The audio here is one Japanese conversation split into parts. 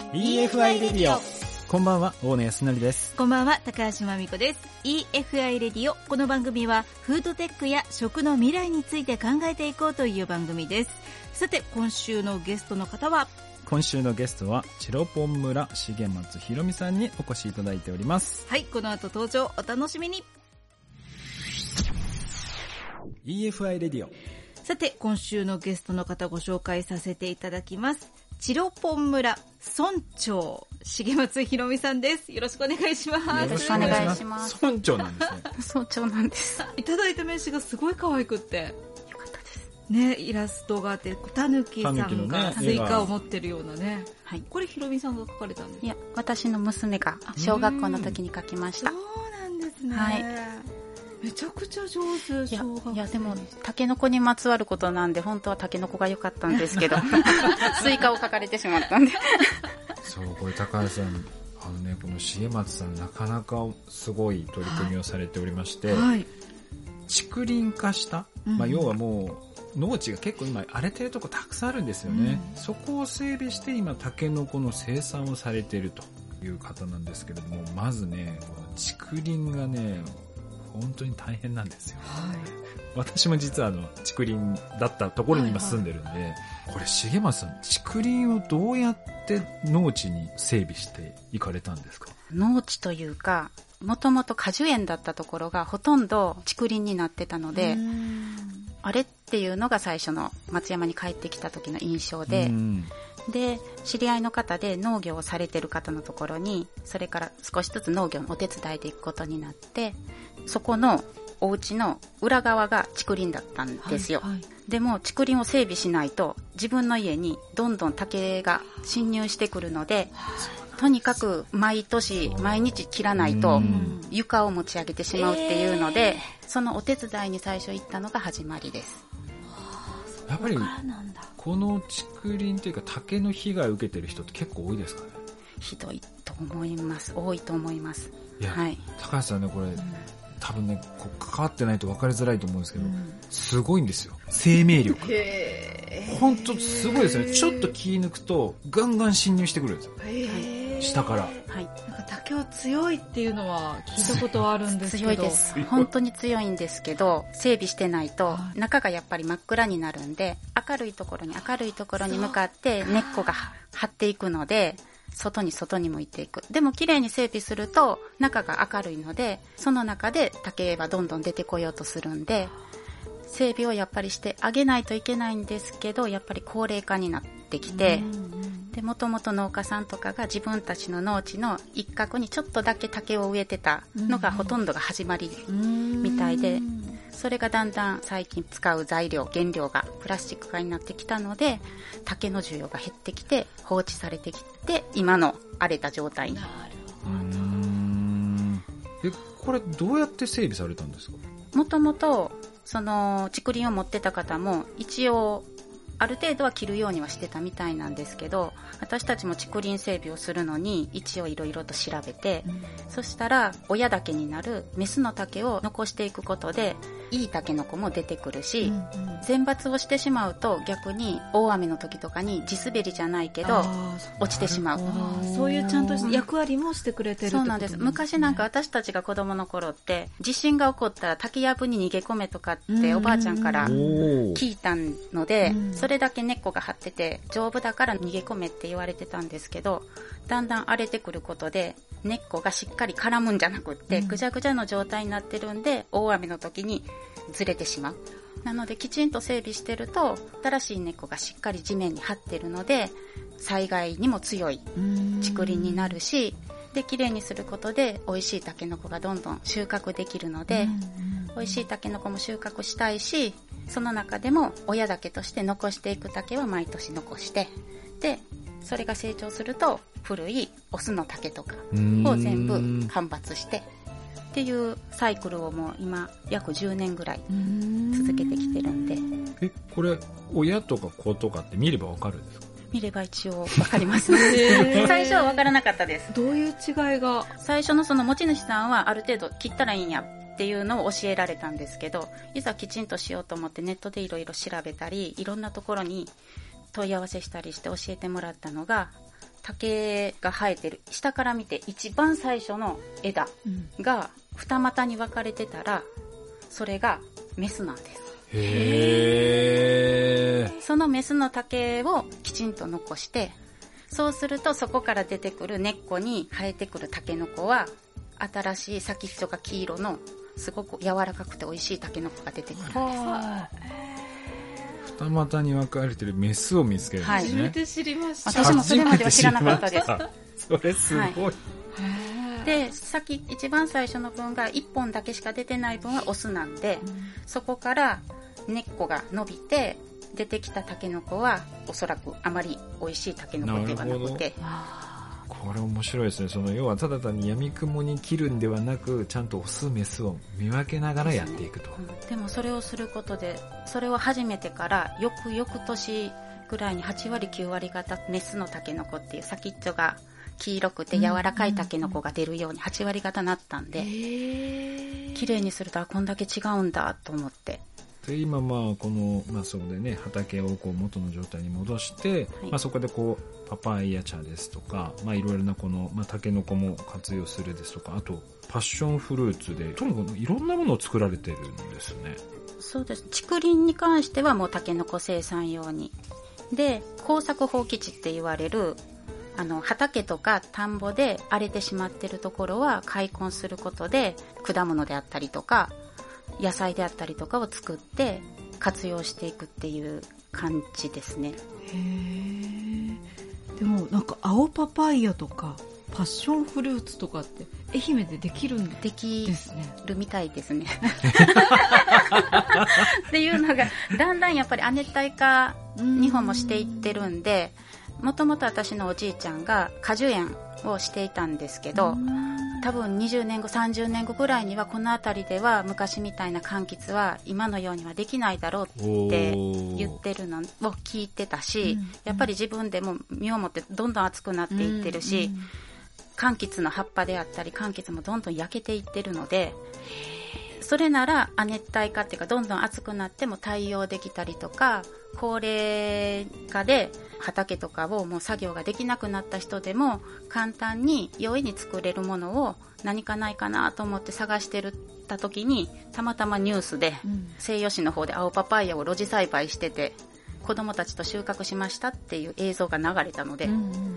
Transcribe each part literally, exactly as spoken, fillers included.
イーエフアイ レディオ。こんばんは、大野康則です。 こんばんは、高橋真美子です。 イーエフアイ レディオ。この番組はフードテックや食の未来について考えていこうという番組です。さて、今週のゲストの方は今週のゲストはチロポン村重松ひろみさんにお越しいただいております。 はい、この後登場お楽しみに。 イーエフアイ レディオ。 さて、今週のゲストの方ご紹介させていただきます。チロポン村村長重松ひろみさんです。よろしくお願いします。 よろしくお願いします。 村長なんですね。 村長なんです。 いただいた名刺がすごい可愛くってよかったですね。イラストがあってタヌキさんがスイカを持ってるようなね。 はい、 これひろみさんが描かれたんですか？ いや、私の娘が小学校の時に描きました。 そうなんですね。 はい、 めちゃくちゃ上手。 いや、 小学生。 いやでもタケノコにまつわることなんで本当はタケノコが良かったんですけどスイカを描かれてしまったんでそう、これ高橋さん、あのね、この重松さんなかなかすごい取り組みをされておりまして、はい、竹林化した、うん、まあ、要はもう農地が結構今荒れてるとこたくさんあるんですよね、うん、そこを整備して今タケノコの生産をされているという方なんですけれども、まずね、この竹林がね本当に大変なんですよ、はい、私も実はあの竹林だったところに今住んでるんで、はいはい、これ重松さん、竹林をどうやって農地に整備していかれたんですか？ 農地というか、もともと果樹園だったところがほとんど竹林になってたので、あれっていうのが最初の松山に帰ってきた時の印象で、で知り合いの方で農業をされてる方のところに、それから少しずつ農業のお手伝いで行くことになって、そこのお家の裏側が竹林だったんですよ、はいはい、でも竹林を整備しないと自分の家にどんどん竹が侵入してくるので、とにかく毎年毎日切らないと床を持ち上げてしまうっていうので、そのお手伝いに最初行ったのが始まりです。 やっぱりこの竹林というか竹の被害を受けてる人って結構多いですかね？ ひどいと思います。多いと思います。 いや、はい、高橋さんね、これ、うん、多分ね、こう関わってないと分かりづらいと思うんですけど、うん、すごいんですよ、生命力。本当すごいですよね。ちょっと気抜くとガンガン侵入してくるんですよ、下から。 はい、なんか竹は強いっていうのは聞いたことはあるんですけど。 強いです。本当に強いんですけど、整備してないと中がやっぱり真っ暗になるんで、明るいところに明るいところに向かって根っこが張っていくので、外に外に向いていく。でもきれいに整備すると中が明るいので、その中で竹はどんどん出てこようとするんで、整備をやっぱりしてあげないといけないんですけど、やっぱり高齢化になってきて、でもともと農家さんとかが自分たちの農地の一角にちょっとだけ竹を植えてたのがほとんどが始まりみたいで、それがだんだん最近使う材料原料がプラスチック化になってきたので、竹の需要が減ってきて放置されてきて、今の荒れた状態に。 うーん、え、これどうやって整備されたんですか？ もともとその竹林を持ってた方も一応ある程度は切るようにはしてたみたいなんですけど、私たちも竹林整備をするのに一応いろいろと調べて、うん、そしたら親竹になるメスの竹を残していくことでいいタケノコも出てくるし、うんうん、選抜をしてしまうと逆に大雨の時とかに地滑りじゃないけど落ちてしまう。 そういうちゃんと役割もしてくれてるってことなんですね。 そうなんです。昔なんか私たちが子供の頃って地震が起こったら竹やぶに逃げ込めとかっておばあちゃんから聞いたので、それだけ根っこが張ってて丈夫だから逃げ込めって言われてたんですけど、だんだん荒れてくることで根っこがしっかり絡むんじゃなくって、うん、ぐちゃぐちゃの状態になってるんで大雨の時にずれてしまう。なのできちんと整備してると新しい根っこがしっかり地面に張ってるので災害にも強い竹林になるし、できれいにすることで美味しいタケノコがどんどん収穫できるので、美味しいタケノコも収穫したいし、その中でも親竹として残していく竹は毎年残して、でそれが成長すると古いオスの竹とかを全部間伐してっていうサイクルをもう今約じゅうねんぐらい続けてきてるんで。 え、これ親とか子とかって見ればわかるんですか？ 見れば一応わかります最初はわからなかったです。 どういう違いが？ 最初のその持ち主さんはある程度切ったらいいんやっていうのを教えられたんですけど、いざきちんとしようと思ってネットでいろいろ調べたりいろんなところに問い合わせしたりして教えてもらったのが、 竹が生えてる下から見て一番最初の枝が二股に分かれてたらそれがメスなんです。 へー。 そのメスの竹をきちんと残して、そうするとそこから出てくる根っこに生えてくるタケノコは新しい先っちょが黄色のすごく柔らかくて美味しいタケノコが出てくるんです。 二股に分かれてるメスを見つけるんですね。 初めて知りました。 私もそれまでは知らなかったです。 それすごい。はい、 で、先一番最初の分がいっぽんだけしか出てない分はオスなんで、うん、そこから根っこが伸びて出てきたタケノコはおそらくあまり美味しいタケノコではなくて。 これ面白いですね。その要はただ単に闇雲に切るんではなく、ちゃんとオスメスを見分けながらやっていくと。 で、ねうん、でもそれをすることで、それを始めてから翌々年ぐらいにはちわりきゅうわり方メスのタケノコっていう先っちょが黄色くて柔らかいタケノコが出るようにはちわり方になったんで、綺麗にするとこんだけ違うんだと思って。 で今まあこの、まあ、そこでね畑をこう元の状態に戻して、はいまあ、そこでこうパパイヤ茶ですとか、まあ、いろいろなこの、まあ、タケノコも活用するですとか、あとパッションフルーツでとにかくいろんなものを作られてるんですね。 そうです。竹林に関してはもうタケノコ生産用にで、耕作放棄地って言われるあの畑とか田んぼで荒れてしまってるところは開墾することで果物であったりとか野菜であったりとかを作って活用していくっていう感じですね。 へー。でもなんか青パパイヤとかパッションフルーツとかって愛媛でできるんですね。 できるみたいですね。っていうのがだんだんやっぱり亜熱帯化日本もしていってるんで、もともと私のおじいちゃんが果樹園をしていたんですけど、多分にじゅうねんごさんじゅうねんごぐらいにはこの辺りでは昔みたいな柑橘は今のようにはできないだろうって言ってるのを聞いてたし、うん、やっぱり自分でも身をもってどんどん熱くなっていってるし、うんうん、柑橘の葉っぱであったり柑橘もどんどん焼けていってるので、それなら亜熱帯化っていうかどんどん暑くなっても対応できたりとか、高齢化で畑とかをもう作業ができなくなった人でも簡単に容易に作れるものを何かないかなと思って探してるた時に、たまたまニュースで、うん、西予市の方で青パパイヤを露地栽培してて子供たちと収穫しましたっていう映像が流れたので、うんうん、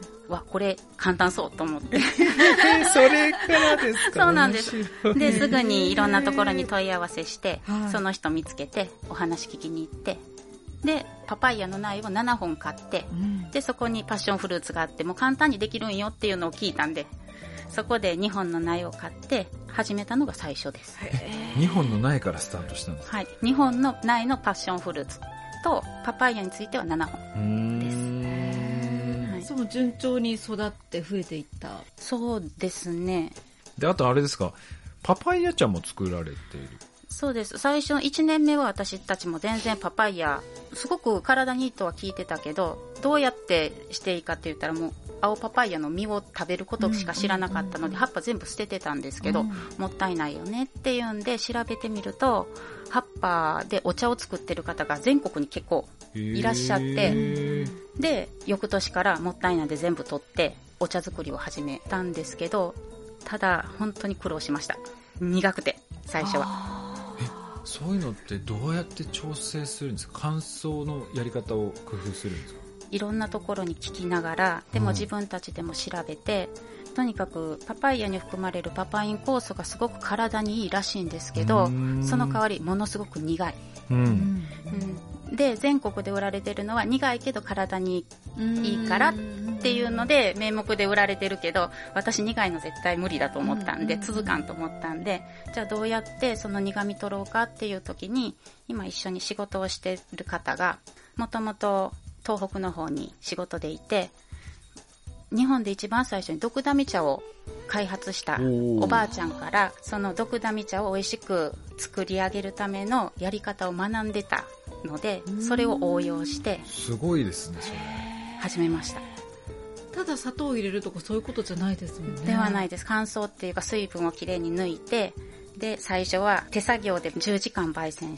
わこれ簡単そうと思ってそれからですか。 そうなんです。ですぐにいろんなところに問い合わせして、その人見つけてお話聞きに行って、でパパイヤの苗をななほん買って、うん、でそこにパッションフルーツがあっても簡単にできるんよっていうのを聞いたんで、そこでにほんの苗を買って始めたのが最初です。 にほんの苗からスタートしたんですか。 はい、にほんの苗のパッションフルーツとパパイヤについてはななほんです。 はい、その順調に育って増えていった。 そうですね。 であとあれですか、パパイヤ茶も作られている。 そうです。最初のいちねんめは私たちも全然パパイヤすごく体にいいとは聞いてたけど、どうやってしていいかって言ったらもう青パパイヤの実を食べることしか知らなかったので、葉っぱ全部捨ててたんですけど、うん、もったいないよねっていうんで調べてみると、葉っぱでお茶を作ってる方が全国に結構いらっしゃって、で翌年からもったいないで全部取ってお茶作りを始めたんですけど、ただ本当に苦労しました。苦くて最初は。 そういうのってどうやって調整するんですか。乾燥のやり方を工夫するんですか。 いろんなところに聞きながら、でも自分たちでも調べて、うん、とにかくパパイヤに含まれるパパイン酵素がすごく体にいいらしいんですけど、その代わりものすごく苦い、うんうん、で全国で売られてるのは苦いけど体にいいからっていうので名目で売られてるけど、私苦いの絶対無理だと思ったんで、続かんと思ったんで、じゃあどうやってその苦味取ろうかっていう時に、今一緒に仕事をしてる方がもともと東北の方に仕事でいて、日本で一番最初にドクダミ茶を開発したおばあちゃんから、そのドクダミ茶を美味しく作り上げるためのやり方を学んでたので、それを応用してすごいですね。それ始めました。 ただ砂糖を入れるとかそういうことじゃないですもんね。 ではないです。乾燥っていうか水分をきれいに抜いて、で最初は手作業でじゅうじかん焙煎して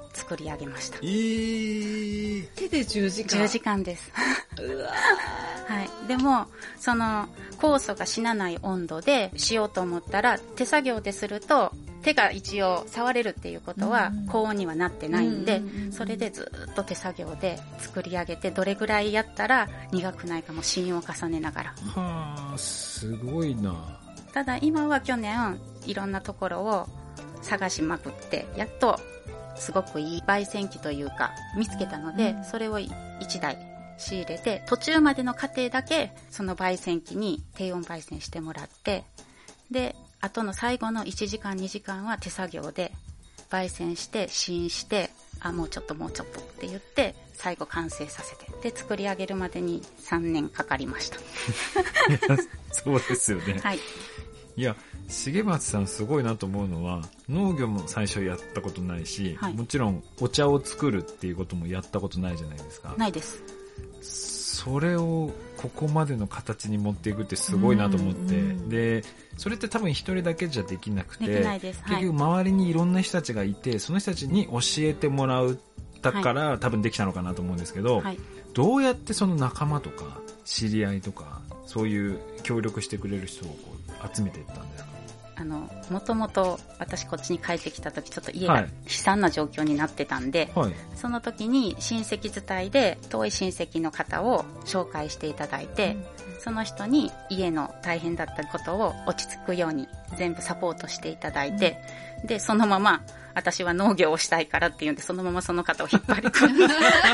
作り上げました。 えー、 手でじゅうじかん。 じゅうじかんです。 うわはい。でも、その、酵素が死なない温度でしようと思ったら、手作業ですると、手が一応触れるっていうことは高温にはなってないんで、それでずっと手作業で作り上げて、どれぐらいやったら苦くないかも試飲を重ねながら。 はあ、すごいな。 ただ今は去年いろんなところを探しまくって、やっとすごくいい焙煎機というか見つけたので、それをいちだい仕入れて、途中までの過程だけその焙煎機に低温焙煎してもらって、であとの最後のいちじかんにじかんは手作業で焙煎して試飲して、あ、もうちょっともうちょっとって言って最後完成させて、で作り上げるまでにさんねんかかりました。 そうですよね。 はい。 いや、重松さんすごいなと思うのは、農業も最初やったことないし、はい、もちろんお茶を作るっていうこともやったことないじゃないですか。 ないです。 それをここまでの形に持っていくってすごいなと思って、でそれって多分一人だけじゃできなくて、 できないです。 結局周りにいろんな人たちがいて、その人たちに教えてもらったから、はい、多分できたのかなと思うんですけど、はい、どうやってその仲間とか知り合いとかそういう協力してくれる人をこう集めていったんですか？ あの、もともと私こっちに帰ってきた時ちょっと家が悲惨な状況になってたんで、はい、その時に親戚伝いで遠い親戚の方を紹介していただいて、うん、その人に家の大変だったことを落ち着くように全部サポートしていただいて、うん、で、そのまま私は農業をしたいからっていうんで、そのままその方を引っ張り込んで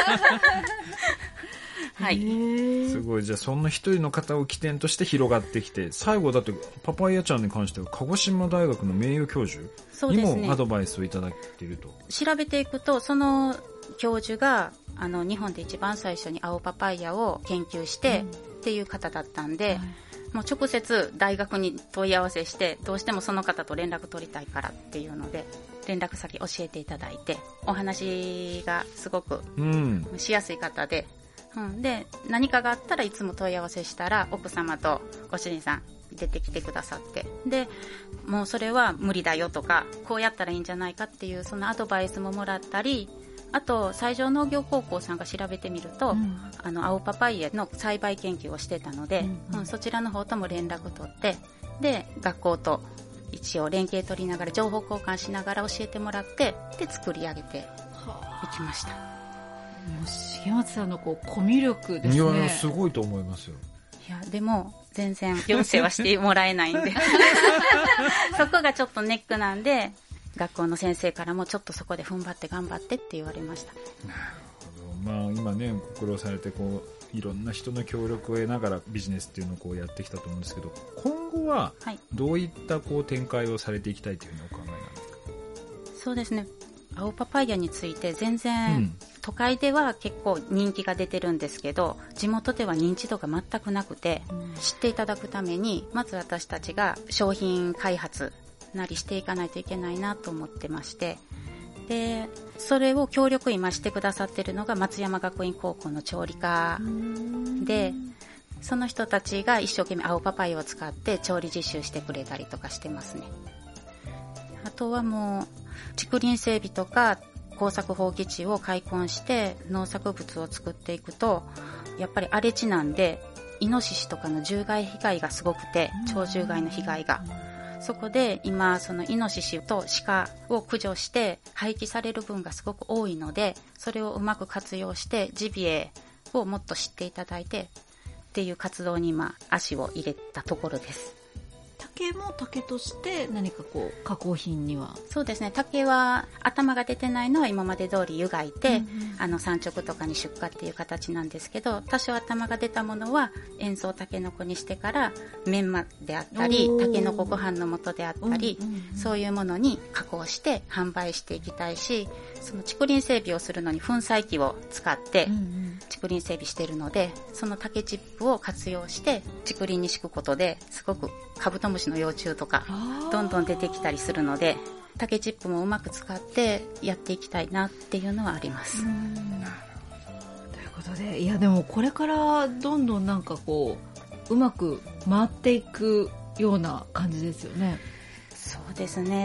はい、 すごい。じゃあそんな一人の方を起点として広がってきて、最後だってパパイヤちゃんに関しては鹿児島大学の名誉教授にもアドバイスをいただいていると。 調べていくと、その教授があの日本で一番最初に青パパイヤを研究してっていう方だったんで、うん、はい、もう直接大学に問い合わせして、どうしてもその方と連絡取りたいからっていうので連絡先教えていただいて、お話がすごくしやすい方で、うん、で何かがあったらいつも問い合わせしたら奥様とご主人さん出てきてくださって、でもうそれは無理だよとか、こうやったらいいんじゃないかっていうそのアドバイスももらったり、あと西条農業高校さんが調べてみると、うん、あの青パパイヤの栽培研究をしてたので、うんうん、そちらの方とも連絡取って、で学校と一応連携取りながら情報交換しながら教えてもらって、で作り上げていきました。 もう重松さんのこうコミュ力ですね。 いや、すごいと思いますよ。 いや、でも全然行政はしてもらえないんでそこがちょっとネックなんで、学校の先生からもちょっとそこで踏ん張って頑張ってって言われました。 なるほど。まあ今ね、ご苦労されてこういろんな人の協力を得ながらビジネスっていうのをこうやってきたと思うんですけど、今後はどういったこう展開をされていきたいというふうにお考えなんですか？ そうですね、青パパイヤについて全然、うん、都会では結構人気が出てるんですけど、地元では認知度が全くなくて、うん、知っていただくためにまず私たちが商品開発なりしていかないといけないなと思ってまして、でそれを協力今してくださってるのが松山学院高校の調理科で、その人たちが一生懸命青パパイヤを使って調理実習してくれたりとかしてますね。あとはもう竹林整備とか耕作放棄地を開墾して農作物を作っていくと、やっぱり荒れ地なんでイノシシとかの獣害被害がすごくて、鳥獣害の被害が、そこで今そのイノシシと鹿を駆除して廃棄される分がすごく多いので、それをうまく活用してジビエをもっと知っていただいてっていう活動に今足を入れたところです。 竹も竹として何かこう加工品には？ そうですね、竹は頭が出てないのは今まで通り湯がいて、うんうん、あの産直とかに出荷っていう形なんですけど、多少頭が出たものは塩草タケノコにしてからメンマであったりタケノコご飯の素であったり、うんうんうん、そういうものに加工して販売していきたいし、その竹林整備をするのに粉砕機を使って竹林整備しているので、その竹チップを活用して竹林に敷くことですごくカブトムシの幼虫とかどんどん出てきたりするので、竹チップもうまく使ってやっていきたいなっていうのはあります。 うん、なるほど。ということで、いやでもこれからどんどんなんかこううまく回っていくような感じですよね。 そうですね、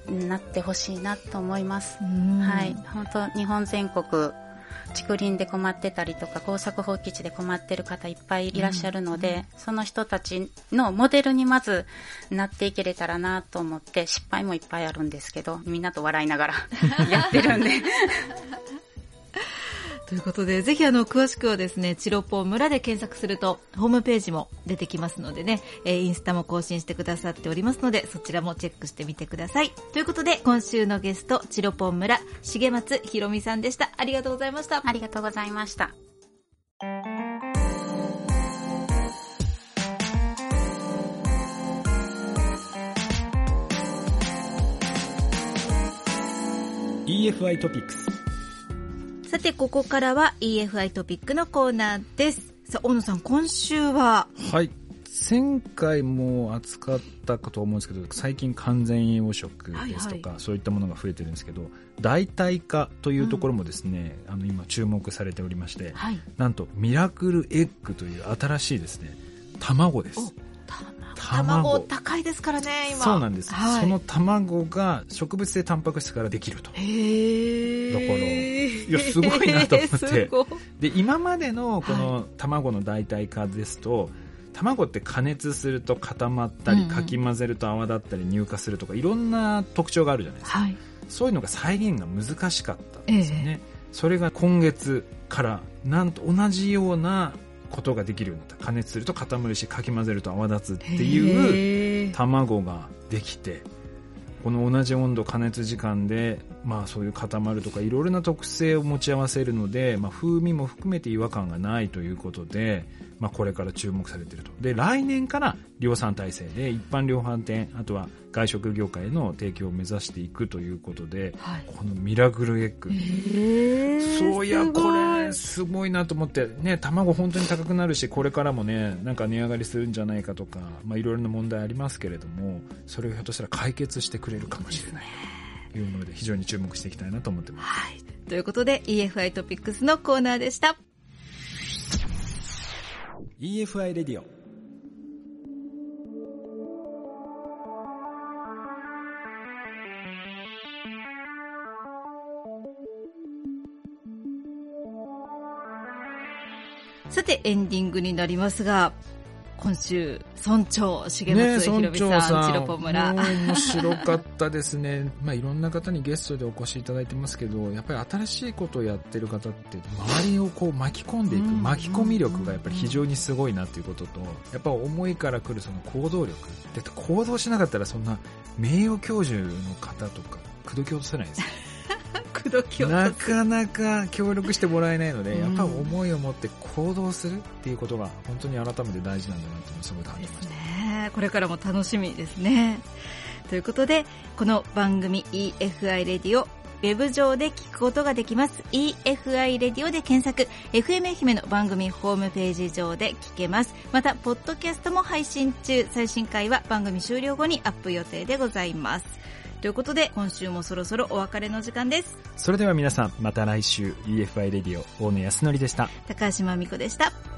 なってほしいなと思います。はい。本当日本全国、竹林で困ってたりとか、耕作放棄地で困ってる方いっぱいいらっしゃるので、うん、その人たちのモデルにまずなっていけれたらなと思って、失敗もいっぱいあるんですけど、みんなと笑いながらやってるんで。 ということで、ぜひあの詳しくはですね、チロポン村で検索するとホームページも出てきますのでね、えー、インスタも更新してくださっておりますので、そちらもチェックしてみてください。ということで、今週のゲスト、チロポン村重松ひろみさんでした。ありがとうございました。 ありがとうございました。 イーエフアイ トピックス。 さて、ここからは イーエフアイ トピックのコーナーです。さあ、大野さん、今週は？ はい。前回も扱ったかと思うんですけど、最近完全養殖ですとか、はいはい、そういったものが増えてるんですけど、代替化というところもですね、うん、あの今注目されておりまして、はい、なんとミラクルエッグという新しいですね、卵です。 卵高いですからね、今。 そうなんです、はい、その卵が植物性タンパク質からできると。 へー。 だからいやすごいなと思ってで、今までのこの卵の代替化ですと、はい、卵って加熱すると固まったり、うんうん、かき混ぜると泡立ったり乳化するとか、いろんな特徴があるじゃないですか、はい、そういうのが再現が難しかったんですよね、えー、それが今月からなんと同じようなことができるようになった。加熱すると固まるし、かき混ぜると泡立つっていう卵ができて、この同じ温度加熱時間で、まあ、そういう固まるとかいろいろな特性を持ち合わせるので、まあ、風味も含めて違和感がないということで、まあ、これから注目されていると。で、来年から量産体制で一般量販店、あとは外食業界への提供を目指していくということで、はい、このミラクルエッグ、えー、そういやこれすごいなと思ってね。卵本当に高くなるし、これからもね、なんか値上がりするんじゃないかとか、まあ、いろいろな問題ありますけれども、それをひょっとしたら解決してくれるかもしれないというので、非常に注目していきたいなと思ってます、 はい、ということで イーエフアイ トピックスのコーナーでした。 イーエフアイ レディオ。 さて、エンディングになりますが、今週村長重松ひろみさん、チロポ村、 面白かったですね。まあ、いろんな方にゲストでお越しいただいてますけど、やっぱり新しいことをやってる方って周りをこう巻き込んでいく巻き込み力がやっぱり非常にすごいなということと、やっぱ思いから来るその行動力で、行動しなかったらそんな名誉教授の方とか口説き落とせないですよなかなか協力してもらえないので、うん、やっぱり思いを持って行動するっていうことが本当に改めて大事なんだなっていうのをすごい感じましたね。これからも楽しみですね。ということで、この番組 イーエフアイ レディオ、ウェブ上で聞くことができます。 イーエフアイ レディオで検索、 エフエム 愛媛の番組ホームページ上で聞けます。またポッドキャストも配信中。最新回は番組終了後にアップ予定でございます。ということで、今週もそろそろお別れの時間です。 それでは皆さん、また来週。 イーエフアイ レディオ、大野康則でした。 高橋真美子でした。